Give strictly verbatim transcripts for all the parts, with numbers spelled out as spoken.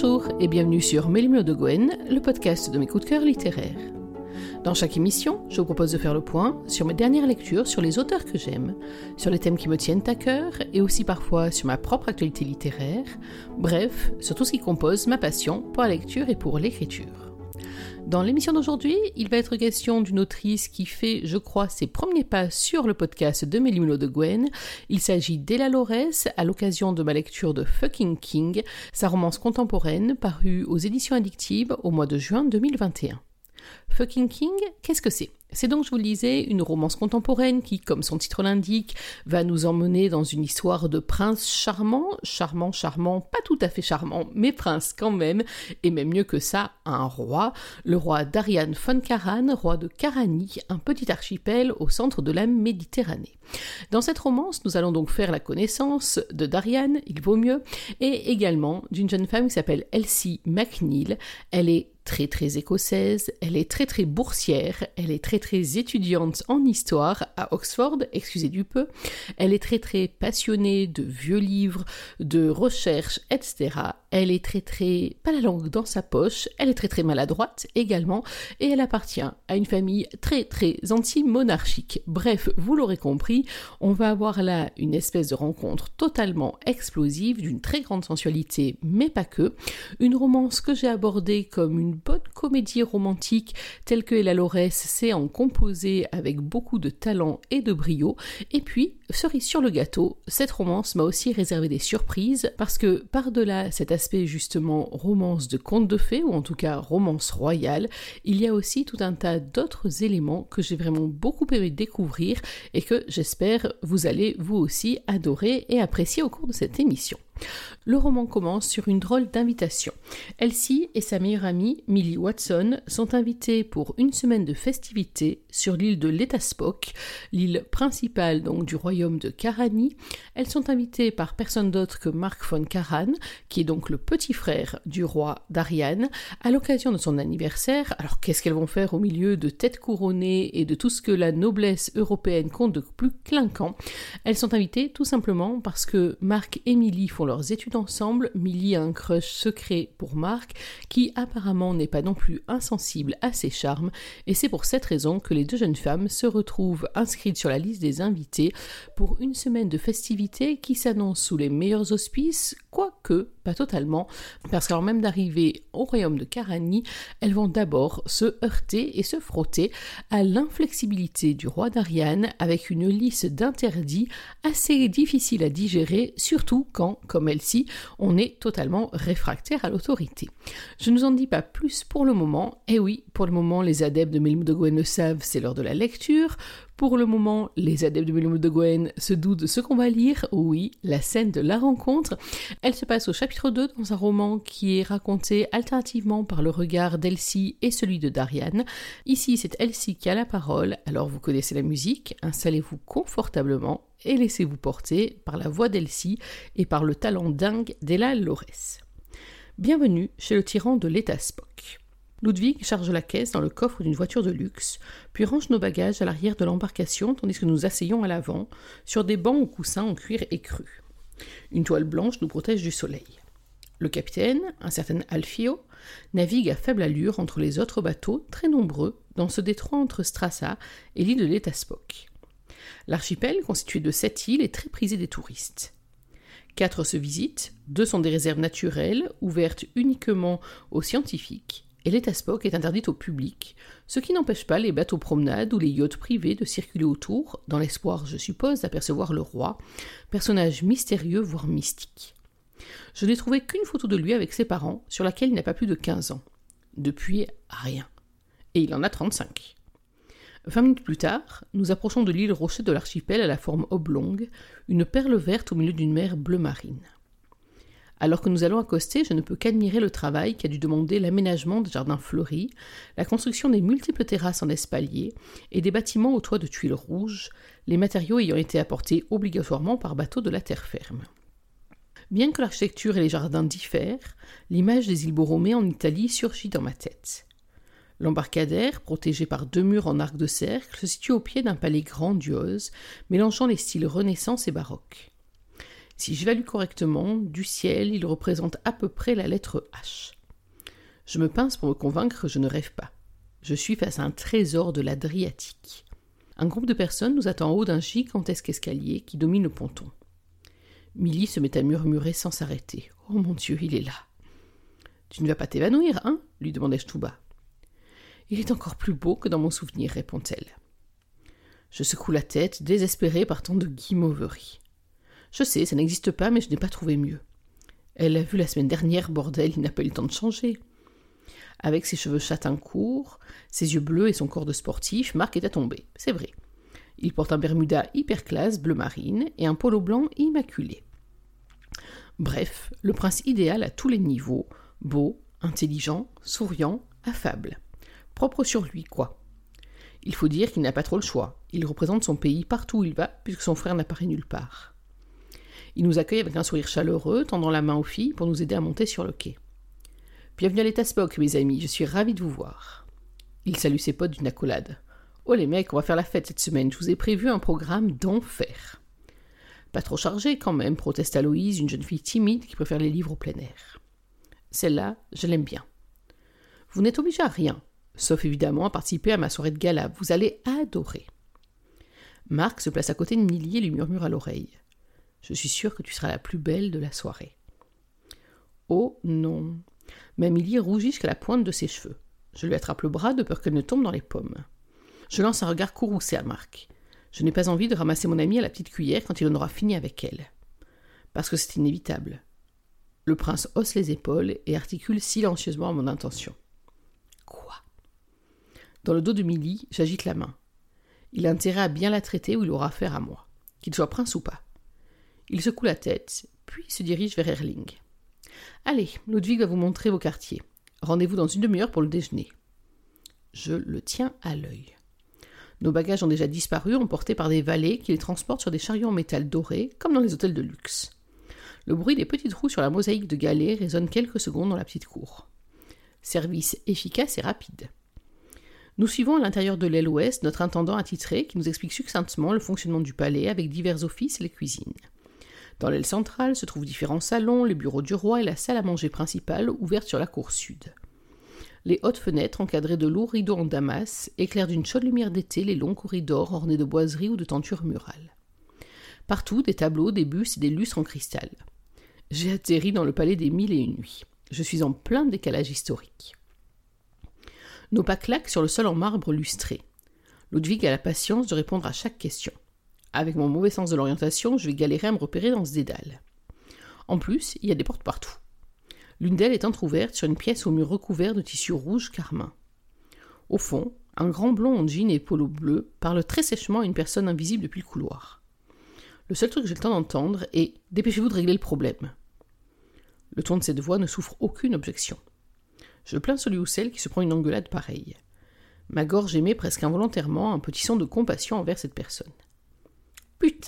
Bonjour et bienvenue sur Mes Limes de Gwen, le podcast de mes coups de cœur littéraires. Dans chaque émission, je vous propose de faire le point sur mes dernières lectures, sur les auteurs que j'aime, sur les thèmes qui me tiennent à cœur et aussi parfois sur ma propre actualité littéraire, bref, sur tout ce qui compose ma passion pour la lecture et pour l'écriture. Dans l'émission d'aujourd'hui, il va être question d'une autrice qui fait, je crois, ses premiers pas sur le podcast de Mes Limes de Gwen. Il s'agit d'Ella Laurès, à l'occasion de ma lecture de Fucking King, sa romance contemporaine parue aux éditions Addictive au mois de juin deux mille vingt et un. Fucking King, qu'est-ce que c'est ? C'est donc, je vous le disais, une romance contemporaine qui, comme son titre l'indique, va nous emmener dans une histoire de prince charmant, charmant, charmant, pas tout à fait charmant, mais prince quand même, et même mieux que ça, un roi, le roi Darian von Karan, roi de Karani, un petit archipel au centre de la Méditerranée. Dans cette romance, nous allons donc faire la connaissance de Darian, il vaut mieux, et également d'une jeune femme qui s'appelle Elsie MacNeil. Elle est très très écossaise, elle est très très boursière, elle est très très étudiante en histoire à Oxford, excusez du peu, elle est très très passionnée de vieux livres, de recherches, et cetera. Elle est très très, pas la langue dans sa poche, elle est très très maladroite également, et elle appartient à une famille très très anti-monarchique. Bref, vous l'aurez compris, on va avoir là une espèce de rencontre totalement explosive, d'une très grande sensualité, mais pas que, une romance que j'ai abordée comme une bonne comédie romantique telle que Ella Laurès sait en composer avec beaucoup de talent et de brio. Et puis, cerise sur le gâteau, cette romance m'a aussi réservé des surprises parce que par-delà cet aspect justement romance de conte de fées ou en tout cas romance royale, il y a aussi tout un tas d'autres éléments que j'ai vraiment beaucoup aimé découvrir et que j'espère vous allez vous aussi adorer et apprécier au cours de cette émission. Le roman commence sur une drôle d'invitation. Elsie et sa meilleure amie, Millie Watson, sont invitées pour une semaine de festivités sur l'île de Letaspok, l'île principale donc du royaume de Karani. Elles sont invitées par personne d'autre que Mark von Karan, qui est donc le petit frère du roi Darian, à l'occasion de son anniversaire. Alors qu'est-ce qu'elles vont faire au milieu de têtes couronnées et de tout ce que la noblesse européenne compte de plus clinquant ? Elles sont invitées tout simplement parce que Mark et Millie font leurs études ensemble. Millie a un crush secret pour Mark, qui apparemment n'est pas non plus insensible à ses charmes, et c'est pour cette raison que les deux jeunes femmes se retrouvent inscrites sur la liste des invités pour une semaine de festivités qui s'annonce sous les meilleurs auspices, quoique pas totalement, parce qu'avant même d'arriver au royaume de Karani, elles vont d'abord se heurter et se frotter à l'inflexibilité du roi Darian avec une liste d'interdits assez difficile à digérer, surtout quand, comme Elsie, on est totalement réfractaire à l'autorité. Je ne vous en dis pas plus pour le moment, et oui, pour le moment, les adeptes de Mes Limes de Gwen le savent, c'est l'heure de la lecture. Pour le moment, les adeptes de Mes Limes de Gwen se doutent de ce qu'on va lire, oui, la scène de la rencontre. Elle se passe au chapitre deux dans un roman qui est raconté alternativement par le regard d'Elsie et celui de Darian. Ici, c'est Elsie qui a la parole, alors vous connaissez la musique, installez-vous confortablement et laissez-vous porter par la voix d'Elsie et par le talent dingue d'Ella Laurès. Bienvenue chez le tyran de Letaspok. Ludwig charge la caisse dans le coffre d'une voiture de luxe, puis range nos bagages à l'arrière de l'embarcation tandis que nous nous asseyons à l'avant, sur des bancs ou coussins en cuir écru. Une toile blanche nous protège du soleil. Le capitaine, un certain Alfio, navigue à faible allure entre les autres bateaux, très nombreux, dans ce détroit entre Strassa et l'île de Letaspok. L'archipel, constitué de sept îles, est très prisé des touristes. Quatre se visitent, deux sont des réserves naturelles, ouvertes uniquement aux scientifiques, et Letaspok est interdite au public, ce qui n'empêche pas les bateaux promenades ou les yachts privés de circuler autour, dans l'espoir, je suppose, d'apercevoir le roi, personnage mystérieux voire mystique. Je n'ai trouvé qu'une photo de lui avec ses parents, sur laquelle il n'a pas plus de quinze ans. Depuis, rien. Et il en a trente-cinq. Vingt minutes plus tard, nous approchons de l'île rocheuse de l'archipel à la forme oblongue, une perle verte au milieu d'une mer bleu marine. Alors que nous allons accoster, je ne peux qu'admirer le travail qu'a dû demander l'aménagement des jardins fleuris, la construction des multiples terrasses en espalier et des bâtiments aux toits de tuiles rouges, les matériaux ayant été apportés obligatoirement par bateau de la terre ferme. Bien que l'architecture et les jardins diffèrent, l'image des îles Borromée en Italie surgit dans ma tête. L'embarcadère, protégé par deux murs en arc de cercle, se situe au pied d'un palais grandiose, mélangeant les styles Renaissance et baroque. Si j'évalue correctement, du ciel, il représente à peu près la lettre H. Je me pince pour me convaincre que je ne rêve pas. Je suis face à un trésor de l'Adriatique. Un groupe de personnes nous attend en haut d'un gigantesque escalier qui domine le ponton. Milly se met à murmurer sans s'arrêter. « Oh mon Dieu, il est là !»« Tu ne vas pas t'évanouir, hein ?» lui demandai-je tout bas. « Il est encore plus beau que dans mon souvenir, répond-elle. Je secoue la tête, désespérée par tant de guimauveries. Je sais, ça n'existe pas, mais je n'ai pas trouvé mieux. Elle l'a vu la semaine dernière, bordel, il n'a pas eu le temps de changer. Avec ses cheveux châtains courts, ses yeux bleus et son corps de sportif, Marc était tombé, c'est vrai. Il porte un bermuda hyper classe, bleu marine, et un polo blanc immaculé. Bref, le prince idéal à tous les niveaux, beau, intelligent, souriant, affable. Propre sur lui, quoi. Il faut dire qu'il n'a pas trop le choix. Il représente son pays partout où il va, puisque son frère n'apparaît nulle part. Il nous accueille avec un sourire chaleureux, tendant la main aux filles pour nous aider à monter sur le quai. « Bienvenue à l'État Spock, mes amis, je suis ravi de vous voir. » Il salue ses potes d'une accolade. « Oh les mecs, on va faire la fête cette semaine, je vous ai prévu un programme d'enfer. » « Pas trop chargé quand même, proteste Aloïse, une jeune fille timide qui préfère les livres au plein air. Celle-là, je l'aime bien. Vous n'êtes obligé à rien, sauf évidemment à participer à ma soirée de gala, vous allez adorer. Marc se place à côté de Milly et lui murmure à l'oreille. Je suis sûre que tu seras la plus belle de la soirée. Oh non. Mais Milly rougit jusqu'à la pointe de ses cheveux. Je lui attrape le bras de peur qu'elle ne tombe dans les pommes. Je lance un regard courroucé à Marc. Je n'ai pas envie de ramasser mon ami à la petite cuillère quand il en aura fini avec elle. Parce que c'est inévitable. Le prince hausse les épaules et articule silencieusement à mon intention. Quoi ? Dans le dos de Milly, j'agite la main. Il a intérêt à bien la traiter ou il aura affaire à moi, qu'il soit prince ou pas. Il secoue la tête, puis se dirige vers Erling. « Allez, Ludwig va vous montrer vos quartiers. Rendez-vous dans une demi-heure pour le déjeuner. » Je le tiens à l'œil. Nos bagages ont déjà disparu, emportés par des valets qui les transportent sur des chariots en métal doré, comme dans les hôtels de luxe. Le bruit des petites roues sur la mosaïque de galets résonne quelques secondes dans la petite cour. Service efficace et rapide. Nous suivons à l'intérieur de l'aile ouest notre intendant attitré qui nous explique succinctement le fonctionnement du palais avec divers offices et les cuisines. Dans l'aile centrale se trouvent différents salons, les bureaux du roi et la salle à manger principale ouverte sur la cour sud. Les hautes fenêtres encadrées de lourds rideaux en damas éclairent d'une chaude lumière d'été les longs corridors ornés de boiseries ou de tentures murales. Partout, des tableaux, des bustes et des lustres en cristal. J'ai atterri dans le palais des Mille et Une Nuits. Je suis en plein décalage historique. Nos pas claquent sur le sol en marbre lustré. Ludwig a la patience de répondre à chaque question. Avec mon mauvais sens de l'orientation, je vais galérer à me repérer dans ce dédale. En plus, il y a des portes partout. L'une d'elles est entr'ouverte sur une pièce au mur recouvert de tissu rouge carmin. Au fond, un grand blond en jean et polo bleu parle très sèchement à une personne invisible depuis le couloir. Le seul truc que j'ai le temps d'entendre est « Dépêchez-vous de régler le problème ». Le ton de cette voix ne souffre aucune objection. Je plains celui ou celle qui se prend une engueulade pareille. Ma gorge émet presque involontairement un petit son de compassion envers cette personne. Putain !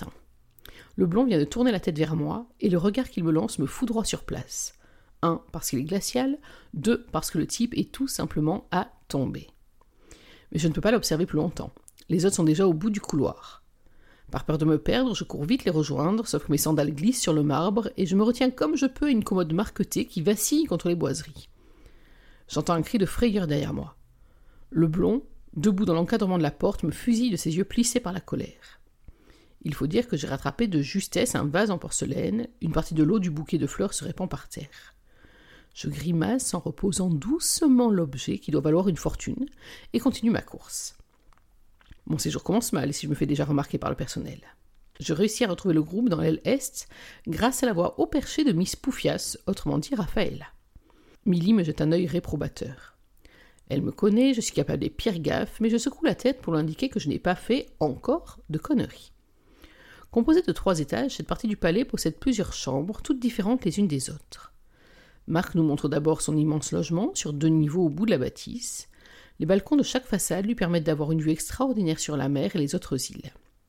Le blond vient de tourner la tête vers moi, et le regard qu'il me lance me foudroie sur place. Un, parce qu'il est glacial, deux, parce que le type est tout simplement à tomber. Mais je ne peux pas l'observer plus longtemps. Les autres sont déjà au bout du couloir. Par peur de me perdre, je cours vite les rejoindre, sauf que mes sandales glissent sur le marbre, et je me retiens comme je peux à une commode marquetée qui vacille contre les boiseries. J'entends un cri de frayeur derrière moi. Le blond, debout dans l'encadrement de la porte, me fusille de ses yeux plissés par la colère. Il faut dire que j'ai rattrapé de justesse un vase en porcelaine, une partie de l'eau du bouquet de fleurs se répand par terre. Je grimace en reposant doucement l'objet qui doit valoir une fortune, et continue ma course. Mon séjour commence mal si je me fais déjà remarquer par le personnel. Je réussis à retrouver le groupe dans l'aile est grâce à la voix haut perchée de Miss Poufias, autrement dit Raphaël. Milly me jette un œil réprobateur. Elle me connaît, je suis capable des pires gaffes, mais je secoue la tête pour lui indiquer que je n'ai pas fait, encore, de conneries. Composée de trois étages, cette partie du palais possède plusieurs chambres, toutes différentes les unes des autres. Marc nous montre d'abord son immense logement, sur deux niveaux au bout de la bâtisse. Les balcons de chaque façade lui permettent d'avoir une vue extraordinaire sur la mer et les autres îles.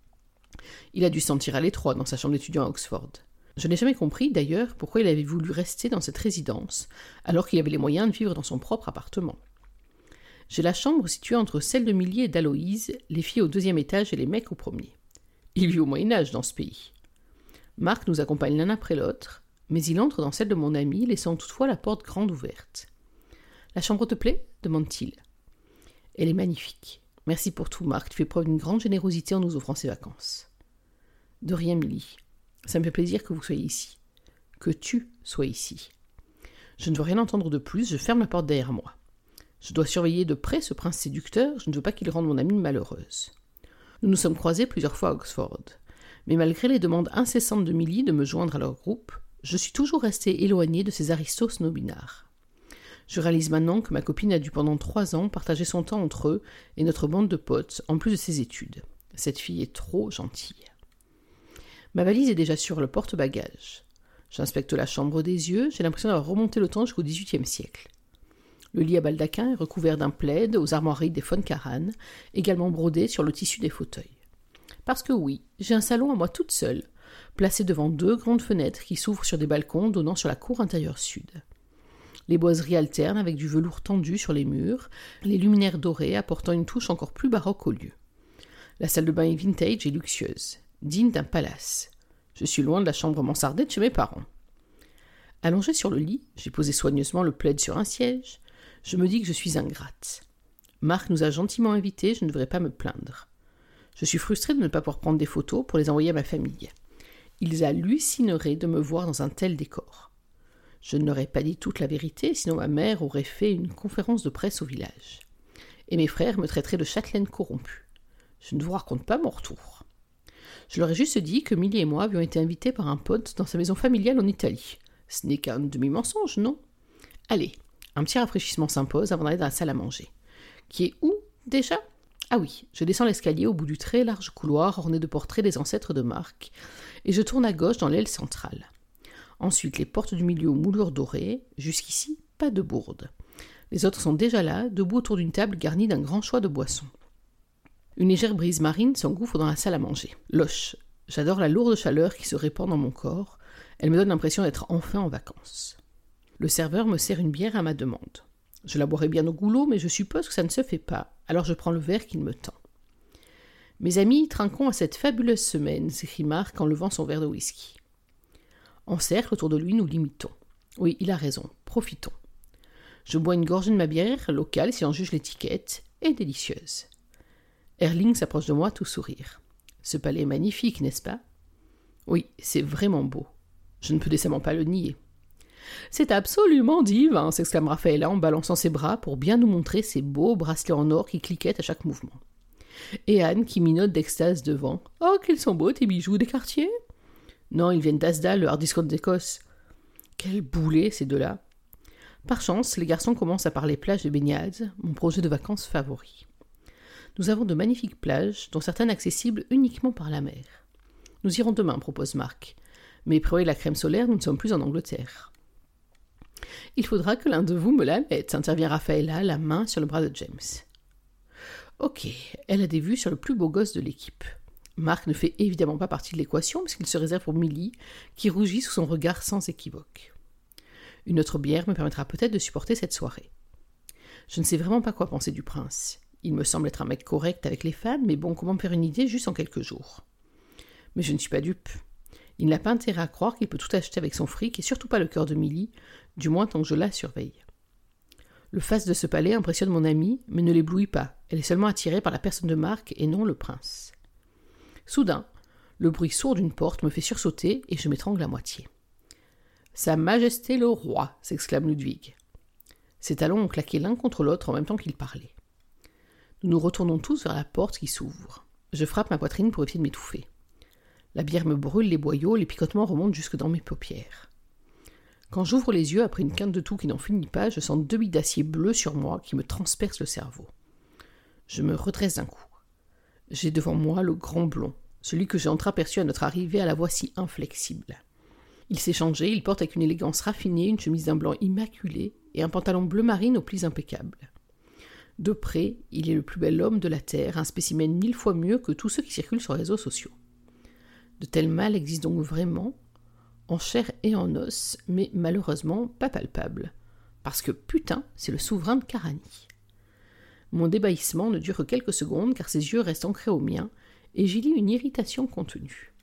Il a dû se sentir à l'étroit dans sa chambre d'étudiant à Oxford. Je n'ai jamais compris, d'ailleurs, pourquoi il avait voulu rester dans cette résidence, alors qu'il avait les moyens de vivre dans son propre appartement. J'ai la chambre située entre celle de Milly et d'Aloïse, les filles au deuxième étage et les mecs au premier. Il vit au Moyen-Âge dans ce pays. Marc nous accompagne l'un après l'autre, mais il entre dans celle de mon ami, laissant toutefois la porte grande ouverte. « La chambre te plaît ?» demande-t-il. « Elle est magnifique. Merci pour tout, Marc. Tu fais preuve d'une grande générosité en nous offrant ces vacances. »« De rien, Milly. Ça me fait plaisir que vous soyez ici. Que tu sois ici. Je ne veux rien entendre de plus, je ferme la porte derrière moi. Je dois surveiller de près ce prince séducteur, je ne veux pas qu'il rende mon amie malheureuse. Nous nous sommes croisés plusieurs fois à Oxford, mais malgré les demandes incessantes de Milly de me joindre à leur groupe, je suis toujours resté éloigné de ces aristos snobinards. Je réalise maintenant que ma copine a dû pendant trois ans partager son temps entre eux et notre bande de potes, en plus de ses études. Cette fille est trop gentille. Ma valise est déjà sur le porte-bagages. J'inspecte la chambre des yeux, j'ai l'impression d'avoir remonté le temps jusqu'au dix-huitième siècle. Le lit à baldaquin est recouvert d'un plaid aux armoiries des von Karajan, également brodé sur le tissu des fauteuils. Parce que oui, j'ai un salon à moi toute seule, placé devant deux grandes fenêtres qui s'ouvrent sur des balcons donnant sur la cour intérieure sud. Les boiseries alternent avec du velours tendu sur les murs, les luminaires dorés apportant une touche encore plus baroque au lieu. La salle de bain est vintage et luxueuse, digne d'un palace. Je suis loin de la chambre mansardée de chez mes parents. Allongé sur le lit, j'ai posé soigneusement le plaid sur un siège. Je me dis que je suis ingrate. Marc nous a gentiment invités, je ne devrais pas me plaindre. Je suis frustrée de ne pas pouvoir prendre des photos pour les envoyer à ma famille. Ils hallucineraient de me voir dans un tel décor. Je ne leur ai pas dit toute la vérité, sinon ma mère aurait fait une conférence de presse au village. Et mes frères me traiteraient de châtelaine corrompue. Je ne vous raconte pas mon retour. Je leur ai juste dit que Milly et moi avions été invités par un pote dans sa maison familiale en Italie. Ce n'est qu'un demi-mensonge, non ? Allez, un petit rafraîchissement s'impose avant d'aller dans la salle à manger. Qui est où, déjà ? Ah oui, je descends l'escalier au bout du très large couloir orné de portraits des ancêtres de Marc, et je tourne à gauche dans l'aile centrale. Ensuite, les portes du milieu aux moulures dorées. Jusqu'ici, pas de bourde. Les autres sont déjà là, debout autour d'une table garnie d'un grand choix de boissons. Une légère brise marine s'engouffre dans la salle à manger. Loche, j'adore la lourde chaleur qui se répand dans mon corps. Elle me donne l'impression d'être enfin en vacances. Le serveur me sert une bière à ma demande. Je la boirai bien au goulot, mais je suppose que ça ne se fait pas, alors je prends le verre qu'il me tend. Mes amis, trinquons à cette fabuleuse semaine, s'écrie Marc en levant son verre de whisky. En cercle, autour de lui, nous l'imitons. Oui, il a raison, profitons. Je bois une gorgée de ma bière, locale si j'en juge l'étiquette, et délicieuse. Erling s'approche de moi, tout sourire. Ce palais est magnifique, n'est-ce pas ? Oui, c'est vraiment beau. Je ne peux décemment pas le nier. C'est absolument divin, s'exclame Raffaella en balançant ses bras pour bien nous montrer ses beaux bracelets en or qui cliquettent à chaque mouvement. Et Anne qui minote d'extase devant. Oh, qu'ils sont beaux tes bijoux des quartiers ! Non, ils viennent d'Asdal, le hard discount d'Écosse. Quel boulet, ces deux-là. Par chance, les garçons commencent à parler plage et baignade, mon projet de vacances favori. Nous avons de magnifiques plages, dont certaines accessibles uniquement par la mer. Nous irons demain, propose Marc. Mais prévoyez la crème solaire, nous ne sommes plus en Angleterre. Il faudra que l'un de vous me la mette, intervient Raffaella, la main sur le bras de James. Ok, elle a des vues sur le plus beau gosse de l'équipe. Marc ne fait évidemment pas partie de l'équation, puisqu'il se réserve pour Milly, qui rougit sous son regard sans équivoque. Une autre bière me permettra peut-être de supporter cette soirée. Je ne sais vraiment pas quoi penser du prince. Il me semble être un mec correct avec les femmes, mais bon, comment me faire une idée juste en quelques jours ? Mais je ne suis pas dupe. Il n'a pas intérêt à croire qu'il peut tout acheter avec son fric, et surtout pas le cœur de Milly, du moins tant que je la surveille. Le faste de ce palais impressionne mon amie, mais ne l'éblouit pas. Elle est seulement attirée par la personne de Marc et non le prince. Soudain, le bruit sourd d'une porte me fait sursauter et je m'étrangle à moitié. « Sa Majesté le Roi !» s'exclame Ludwig. Ses talons ont claqué l'un contre l'autre en même temps qu'il parlait. Nous nous retournons tous vers la porte qui s'ouvre. Je frappe ma poitrine pour éviter de m'étouffer. La bière me brûle les boyaux, les picotements remontent jusque dans mes paupières. Quand j'ouvre les yeux après une quinte de toux qui n'en finit pas, je sens deux billes d'acier bleu sur moi qui me transpercent le cerveau. Je me redresse d'un coup. J'ai devant moi le grand blond, celui que j'ai entreaperçu à notre arrivée à la voix si inflexible. Il s'est changé, il porte avec une élégance raffinée une chemise d'un blanc immaculé et un pantalon bleu marine aux plis impeccables. De près, il est le plus bel homme de la terre, un spécimen mille fois mieux que tous ceux qui circulent sur les réseaux sociaux. De tels mâles existent donc vraiment, en chair et en os, mais malheureusement pas palpables, parce que putain, c'est le souverain de Karani. Mon débahissement ne dure que quelques secondes, car ses yeux restent ancrés aux miens, et j'y lis une irritation contenue.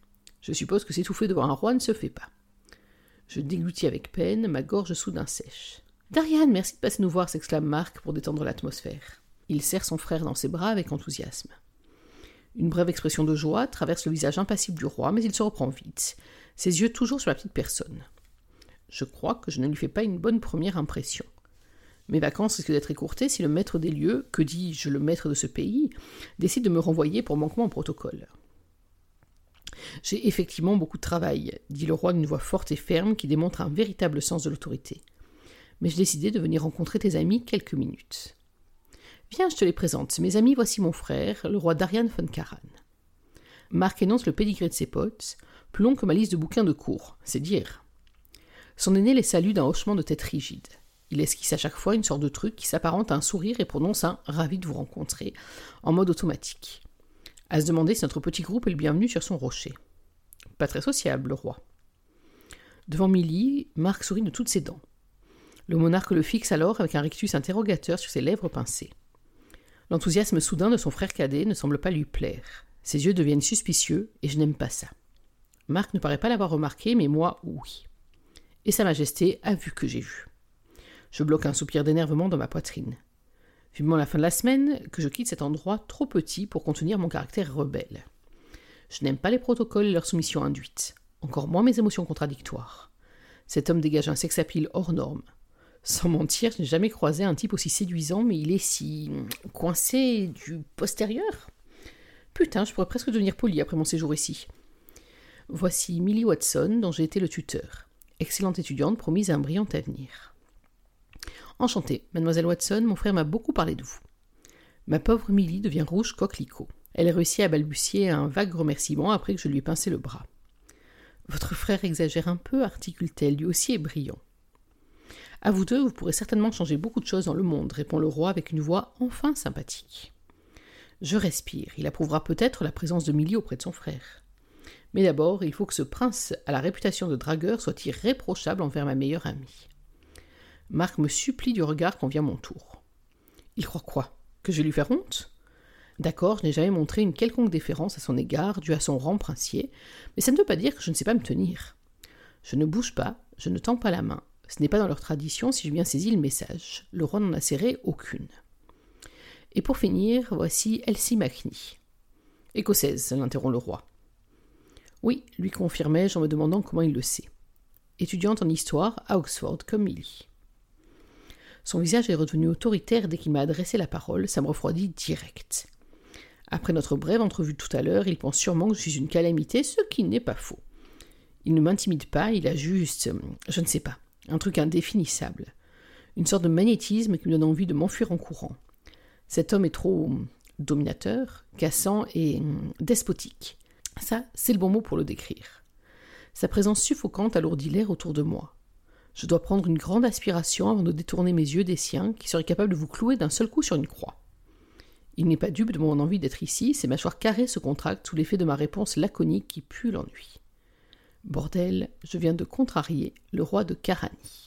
Je suppose que s'étouffer devant un roi ne se fait pas. Je déglutis avec peine, ma gorge soudain sèche. « Darian, merci de passer nous voir !» s'exclame Mark pour détendre l'atmosphère. Il serre son frère dans ses bras avec enthousiasme. Une brève expression de joie traverse le visage impassible du roi, mais il se reprend vite, ses yeux toujours sur la petite personne. Je crois que je ne lui fais pas une bonne première impression. Mes vacances risquent d'être écourtées si le maître des lieux, que dis-je, le maître de ce pays, décide de me renvoyer pour manquement au protocole. « J'ai effectivement beaucoup de travail, » dit le roi d'une voix forte et ferme qui démontre un véritable sens de l'autorité. « Mais j'ai décidé de venir rencontrer tes amis quelques minutes. » « Viens, je te les présente. Mes amis, voici mon frère, le roi Darian von Karan. » Mark énonce le pédigré de ses potes, plus long que ma liste de bouquins de cours, c'est dire. Son aîné les salue d'un hochement de tête rigide. Il esquisse à chaque fois une sorte de truc qui s'apparente à un sourire et prononce un « ravi de vous rencontrer » en mode automatique. À se demander si notre petit groupe est le bienvenu sur son rocher. Pas très sociable, le roi. Devant Millie, Mark sourit de toutes ses dents. Le monarque le fixe alors avec un rictus interrogateur sur ses lèvres pincées. L'enthousiasme soudain de son frère cadet ne semble pas lui plaire. Ses yeux deviennent suspicieux, et je n'aime pas ça. Mark ne paraît pas l'avoir remarqué, mais moi, oui. Et Sa Majesté a vu que j'ai vu. Je bloque un soupir d'énervement dans ma poitrine. Vivement la fin de la semaine, que je quitte cet endroit trop petit pour contenir mon caractère rebelle. Je n'aime pas les protocoles et leur soumission induite, encore moins mes émotions contradictoires. Cet homme dégage un sex-appeal hors norme. Sans mentir, je n'ai jamais croisé un type aussi séduisant, mais il est si coincé du postérieur. Putain, je pourrais presque devenir poli après mon séjour ici. Voici Millie Watson, dont j'ai été le tuteur. Excellente étudiante, promise à un brillant avenir. Enchantée, mademoiselle Watson, mon frère m'a beaucoup parlé de vous. Ma pauvre Millie devient rouge coquelicot. Elle réussit à balbutier un vague remerciement après que je lui ai pincé le bras. Votre frère exagère un peu, articule-t-elle, lui aussi est brillant. À vous deux, vous pourrez certainement changer beaucoup de choses dans le monde, répond le roi avec une voix enfin sympathique. Je respire, il approuvera peut-être la présence de Millie auprès de son frère. Mais d'abord, il faut que ce prince à la réputation de dragueur soit irréprochable envers ma meilleure amie. Mark me supplie du regard quand vient mon tour. Il croit quoi ? Que je vais lui faire honte ? D'accord, je n'ai jamais montré une quelconque déférence à son égard, due à son rang princier, mais ça ne veut pas dire que je ne sais pas me tenir. Je ne bouge pas, je ne tends pas la main. Ce n'est pas dans leur tradition si j'ai bien saisi le message. Le roi n'en a serré aucune. Et pour finir, voici Elsie McNee. Écossaise, l'interrompt le roi. Oui, lui confirmai-je en me demandant comment il le sait. Étudiante en histoire à Oxford comme Millie. Son visage est redevenu autoritaire dès qu'il m'a adressé la parole, ça me refroidit direct. Après notre brève entrevue tout à l'heure, il pense sûrement que je suis une calamité, ce qui n'est pas faux. Il ne m'intimide pas, il a juste, je ne sais pas, un truc indéfinissable. Une sorte de magnétisme qui me donne envie de m'enfuir en courant. Cet homme est trop dominateur, cassant et despotique. Ça, c'est le bon mot pour le décrire. Sa présence suffocante alourdit l'air autour de moi. Je dois prendre une grande aspiration avant de détourner mes yeux des siens qui seraient capables de vous clouer d'un seul coup sur une croix. Il n'est pas dupe de mon envie d'être ici, ses mâchoires carrées se contractent sous l'effet de ma réponse laconique qui pue l'ennui. Bordel, je viens de contrarier le roi de Karani.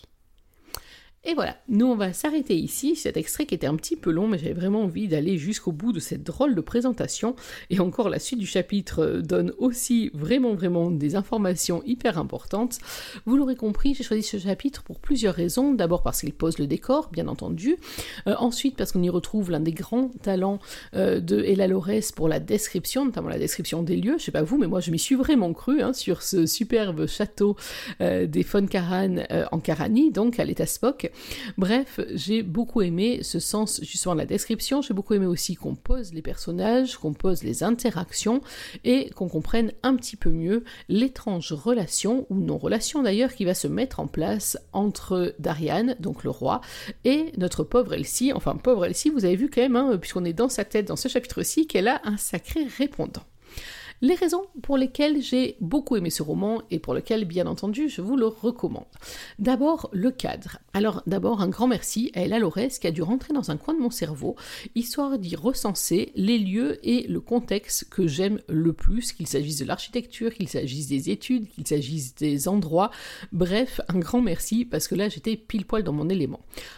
Et voilà, nous on va s'arrêter ici, cet extrait qui était un petit peu long, mais j'avais vraiment envie d'aller jusqu'au bout de cette drôle de présentation, et encore la suite du chapitre donne aussi vraiment vraiment des informations hyper importantes. Vous l'aurez compris, j'ai choisi ce chapitre pour plusieurs raisons, d'abord parce qu'il pose le décor, bien entendu, euh, ensuite parce qu'on y retrouve l'un des grands talents euh, de Ella Lorès pour la description, notamment la description des lieux, je sais pas vous, mais moi je m'y suis vraiment cru, hein, sur ce superbe château euh, des von Karan euh, en Karani, donc à l'état Spock. Bref, j'ai beaucoup aimé ce sens justement de la description, j'ai beaucoup aimé aussi qu'on pose les personnages, qu'on pose les interactions et qu'on comprenne un petit peu mieux l'étrange relation, ou non-relation d'ailleurs, qui va se mettre en place entre Darian, donc le roi, et notre pauvre Elsie. Enfin, pauvre Elsie, vous avez vu quand même, hein, puisqu'on est dans sa tête dans ce chapitre-ci, qu'elle a un sacré répondant. Les raisons pour lesquelles j'ai beaucoup aimé ce roman et pour lesquelles, bien entendu, je vous le recommande. D'abord, le cadre. Alors, d'abord, un grand merci à Ella Lorès qui a dû rentrer dans un coin de mon cerveau, histoire d'y recenser les lieux et le contexte que j'aime le plus, qu'il s'agisse de l'architecture, qu'il s'agisse des études, qu'il s'agisse des endroits. Bref, un grand merci, parce que là, j'étais pile poil dans mon élément.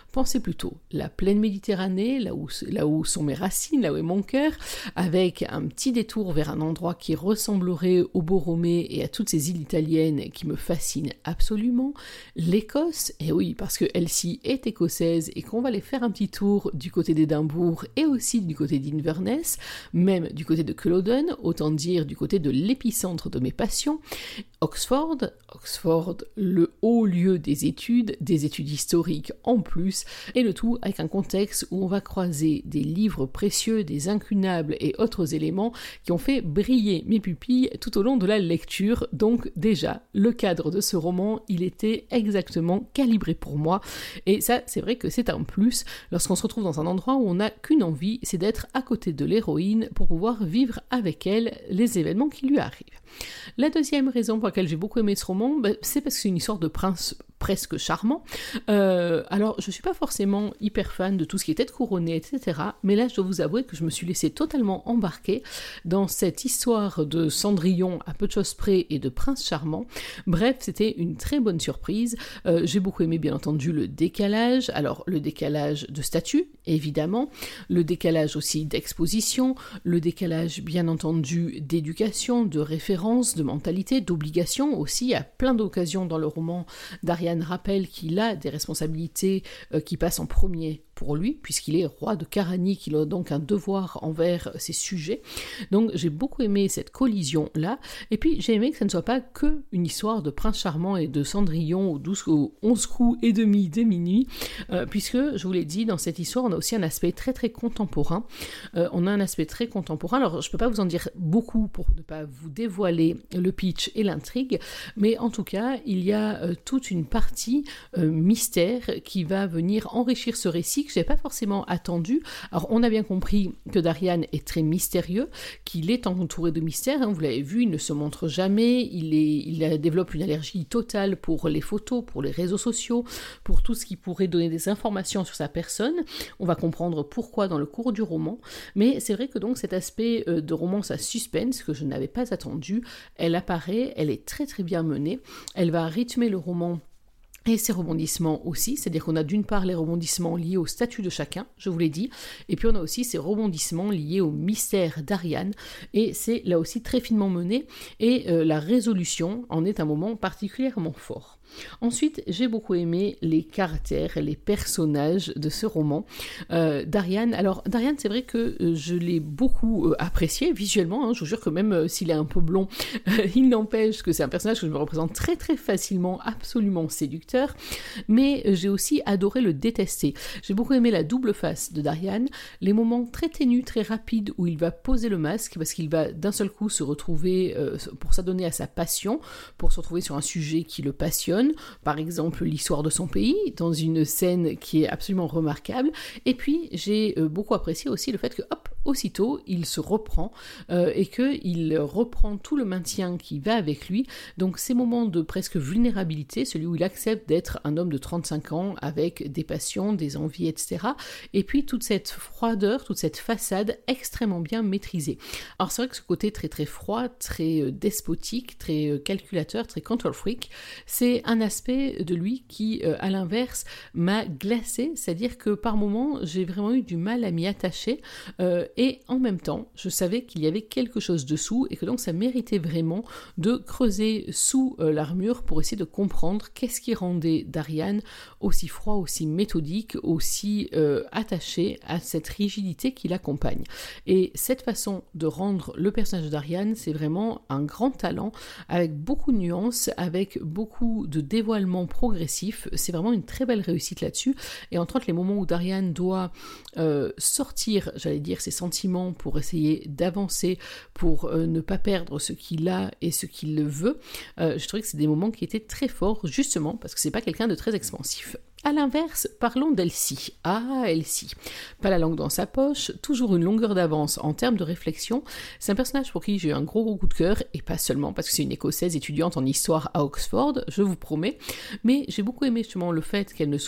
pensez plutôt la plaine Méditerranée, là où, là où sont mes racines, là où est mon cœur, avec un petit détour vers un endroit qui ressemblerait au Borromée et à toutes ces îles italiennes qui me fascinent absolument, l'Écosse, et oui, parce que Elsie est écossaise et qu'on va aller faire un petit tour du côté d'Édimbourg et aussi du côté d'Inverness, même du côté de Culloden, autant dire du côté de l'épicentre de mes passions, Oxford, Oxford, le haut lieu des études, des études historiques en plus, et le tout avec un contexte où on va croiser des livres précieux, des incunables et autres éléments qui ont fait briller mes pupilles tout au long de la lecture. Donc déjà, le cadre de ce roman, il était exactement calibré pour moi, et ça, c'est vrai que c'est un plus lorsqu'on se retrouve dans un endroit où on n'a qu'une envie, c'est d'être à côté de l'héroïne pour pouvoir vivre avec elle les événements qui lui arrivent. La deuxième raison pour laquelle j'ai beaucoup aimé ce roman, bah, c'est parce que c'est une histoire de prince presque charmant. Euh, alors, je suis pas forcément hyper fan de tout ce qui est tête couronnée, et cetera. Mais là, je dois vous avouer que je me suis laissée totalement embarquer dans cette histoire de Cendrillon à peu de choses près et de prince charmant. Bref, c'était une très bonne surprise. Euh, j'ai beaucoup aimé, bien entendu, le décalage. Alors, le décalage de statut, évidemment. Le décalage aussi d'exposition. Le décalage, bien entendu, d'éducation, de référence, de mentalité, d'obligation aussi. À plein d'occasions dans le roman, Darian rappelle qu'il a des responsabilités euh, qui passent en premier pour lui, puisqu'il est roi de Carani, qu'il a donc un devoir envers ses sujets. Donc j'ai beaucoup aimé cette collision-là, et puis j'ai aimé que ça ne soit pas que une histoire de prince charmant et de Cendrillon aux, douze, aux onze coups et demi de minuit, euh, puisque, je vous l'ai dit, dans cette histoire, on a aussi un aspect très très contemporain. Euh, on a un aspect très contemporain, alors je ne peux pas vous en dire beaucoup pour ne pas vous dévoiler le pitch et l'intrigue, mais en tout cas, il y a euh, toute une partie euh, mystère qui va venir enrichir ce récit que je n'avais pas forcément attendu. Alors, on a bien compris que Darian est très mystérieux, qu'il est entouré de mystères, hein, vous l'avez vu, il ne se montre jamais, il, est, il développe une allergie totale pour les photos, pour les réseaux sociaux, pour tout ce qui pourrait donner des informations sur sa personne. On va comprendre pourquoi dans le cours du roman, mais c'est vrai que donc cet aspect euh, de romance à suspense que je n'avais pas attendu, elle apparaît, elle est très très bien menée, elle va rythmer le roman et ses rebondissements aussi, c'est-à-dire qu'on a d'une part les rebondissements liés au statut de chacun, je vous l'ai dit, et puis on a aussi ces rebondissements liés au mystère d'Ariane, et c'est là aussi très finement mené, et euh, la résolution en est un moment particulièrement fort. Ensuite, j'ai beaucoup aimé les caractères, les personnages de ce roman. Euh, Darian, alors Darian, c'est vrai que euh, je l'ai beaucoup euh, apprécié visuellement, hein, je vous jure que même euh, s'il est un peu blond, euh, il n'empêche que c'est un personnage que je me représente très très facilement, absolument séducteur, mais euh, j'ai aussi adoré le détester. J'ai beaucoup aimé la double face de Darian, les moments très ténus, très rapides où il va poser le masque, parce qu'il va d'un seul coup se retrouver, euh, pour s'adonner à sa passion, pour se retrouver sur un sujet qui le passionne, par exemple l'histoire de son pays, dans une scène qui est absolument remarquable, et puis j'ai euh, beaucoup apprécié aussi le fait que, hop, aussitôt, il se reprend, euh, et qu'il reprend tout le maintien qui va avec lui, donc ces moments de presque vulnérabilité, celui où il accepte d'être un homme de trente-cinq ans, avec des passions, des envies, et cetera, et puis toute cette froideur, toute cette façade extrêmement bien maîtrisée. Alors c'est vrai que ce côté très très froid, très euh, despotique, très euh, calculateur, très control freak, c'est un aspect de lui qui, euh, à l'inverse, m'a glacé, c'est-à-dire que par moments, j'ai vraiment eu du mal à m'y attacher, euh, et en même temps, je savais qu'il y avait quelque chose dessous, et que donc ça méritait vraiment de creuser sous euh, l'armure pour essayer de comprendre qu'est-ce qui rendait Darian aussi froid, aussi méthodique, aussi euh, attaché à cette rigidité qui l'accompagne. Et cette façon de rendre le personnage de Darian, c'est vraiment un grand talent, avec beaucoup de nuances, avec beaucoup de dévoilement progressif, c'est vraiment une très belle réussite là-dessus, et entre autres les moments où Darian doit euh, sortir, j'allais dire, ses sentiments pour essayer d'avancer, pour euh, ne pas perdre ce qu'il a et ce qu'il veut, euh, je trouvais que c'est des moments qui étaient très forts, justement, parce que c'est pas quelqu'un de très expansif. A l'inverse, parlons d'Elsie. Ah, Elsie. Pas la langue dans sa poche, toujours une longueur d'avance en termes de réflexion. C'est un personnage pour qui j'ai eu un gros gros coup de cœur, et pas seulement parce que c'est une écossaise étudiante en histoire à Oxford, je vous promets, mais j'ai beaucoup aimé justement le fait qu'elle ne soit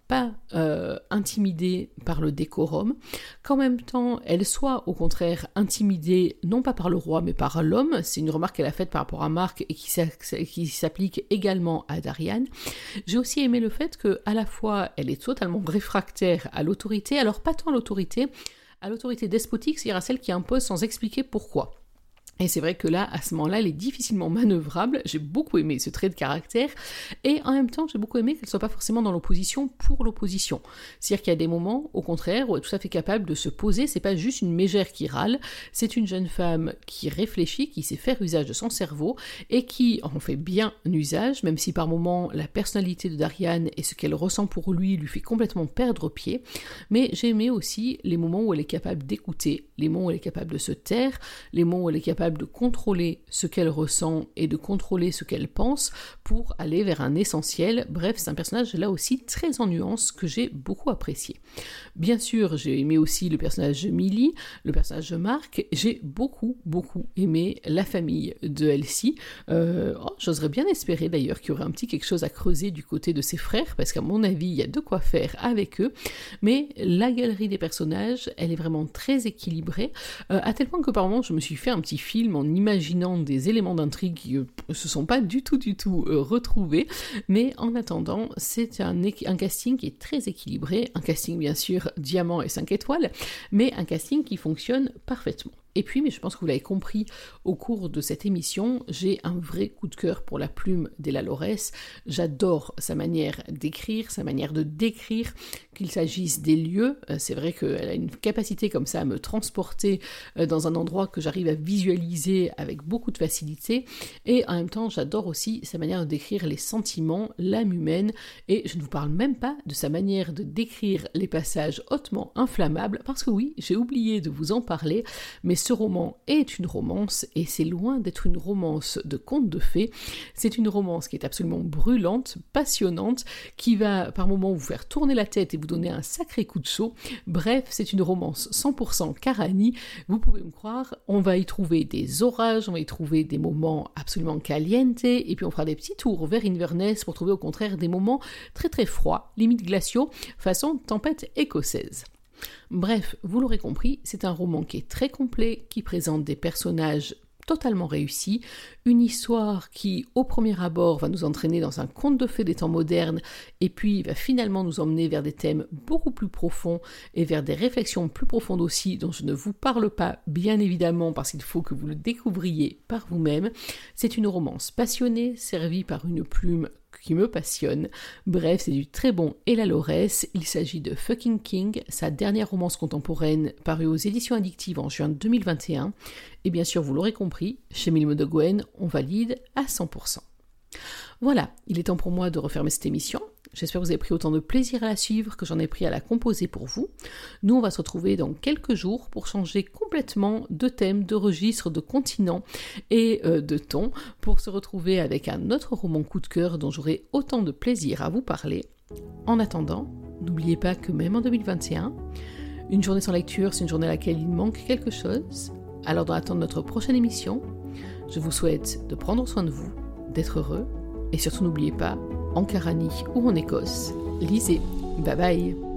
pas euh, intimidée par le décorum, qu'en même temps elle soit au contraire intimidée non pas par le roi mais par l'homme. C'est une remarque qu'elle a faite par rapport à Marc et qui, qui s'applique également à Darian. J'ai aussi aimé le fait qu'à la fois elle est totalement réfractaire à l'autorité, alors pas tant à l'autorité, à l'autorité despotique, c'est-à-dire à celle qui impose sans expliquer pourquoi. Et c'est vrai que là, à ce moment-là, elle est difficilement manœuvrable. J'ai beaucoup aimé ce trait de caractère. Et en même temps, j'ai beaucoup aimé qu'elle ne soit pas forcément dans l'opposition pour l'opposition. C'est-à-dire qu'il y a des moments, au contraire, où elle est tout à fait capable de se poser. C'est pas juste une mégère qui râle. C'est une jeune femme qui réfléchit, qui sait faire usage de son cerveau et qui en fait bien usage, même si par moments, la personnalité de Darian et ce qu'elle ressent pour lui lui fait complètement perdre pied. Mais j'ai aimé aussi les moments où elle est capable d'écouter, les moments où elle est capable de se taire, les moments où elle est capable de contrôler ce qu'elle ressent et de contrôler ce qu'elle pense pour aller vers un essentiel. Bref, c'est un personnage là aussi très en nuance que j'ai beaucoup apprécié. Bien sûr, j'ai aimé aussi le personnage de Millie, le personnage de Marc. J'ai beaucoup, beaucoup aimé la famille de Elsie. Euh, oh, j'oserais bien espérer d'ailleurs qu'il y aurait un petit quelque chose à creuser du côté de ses frères, parce qu'à mon avis, il y a de quoi faire avec eux. Mais la galerie des personnages, elle est vraiment très équilibrée, euh, à tel point que par moments, je me suis fait un petit film en imaginant des éléments d'intrigue qui ne euh, se sont pas du tout, du tout euh, retrouvés. Mais en attendant, c'est un, un casting qui est très équilibré, un casting bien sûr diamant et cinq étoiles, mais un casting qui fonctionne parfaitement. Et puis, mais je pense que vous l'avez compris au cours de cette émission, j'ai un vrai coup de cœur pour la plume d'Ella Lores. J'adore sa manière d'écrire, sa manière de décrire, qu'il s'agisse des lieux. C'est vrai qu'elle a une capacité comme ça à me transporter dans un endroit que j'arrive à visualiser avec beaucoup de facilité. Et en même temps, j'adore aussi sa manière de décrire les sentiments, l'âme humaine. Et je ne vous parle même pas de sa manière de décrire les passages hautement inflammables, parce que oui, j'ai oublié de vous en parler, mais ce roman est une romance, et c'est loin d'être une romance de conte de fées. C'est une romance qui est absolument brûlante, passionnante, qui va par moments vous faire tourner la tête et vous donner un sacré coup de chaud. Bref, c'est une romance cent pour cent Karani. Vous pouvez me croire, on va y trouver des orages, on va y trouver des moments absolument caliente, et puis on fera des petits tours vers Inverness pour trouver au contraire des moments très très froids, limite glaciaux, façon tempête écossaise. Bref, vous l'aurez compris, c'est un roman qui est très complet, qui présente des personnages totalement réussis, une histoire qui, au premier abord, va nous entraîner dans un conte de fées des temps modernes, et puis va finalement nous emmener vers des thèmes beaucoup plus profonds, et vers des réflexions plus profondes aussi, dont je ne vous parle pas, bien évidemment, parce qu'il faut que vous le découvriez par vous-même. C'est une romance passionnée, servie par une plume qui me passionne. Bref, c'est du très bon Ella Lores. Il s'agit de Fucking King, sa dernière romance contemporaine parue aux éditions addictives en juin deux mille vingt et un. Et bien sûr, vous l'aurez compris, chez Mille mots de Gwen, on valide à cent pour cent. Voilà, il est temps pour moi de refermer cette émission. J'espère que vous avez pris autant de plaisir à la suivre que j'en ai pris à la composer pour vous. Nous, on va se retrouver dans quelques jours pour changer complètement de thème, de registre, de continent et euh, de ton, pour se retrouver avec un autre roman coup de cœur dont j'aurai autant de plaisir à vous parler. En attendant, n'oubliez pas que même en deux mille vingt et un, une journée sans lecture, c'est une journée à laquelle il manque quelque chose. Alors, dans l'attente de notre prochaine émission, je vous souhaite de prendre soin de vous, d'être heureux, et surtout n'oubliez pas, en Karani ou en Écosse, lisez. Bye bye.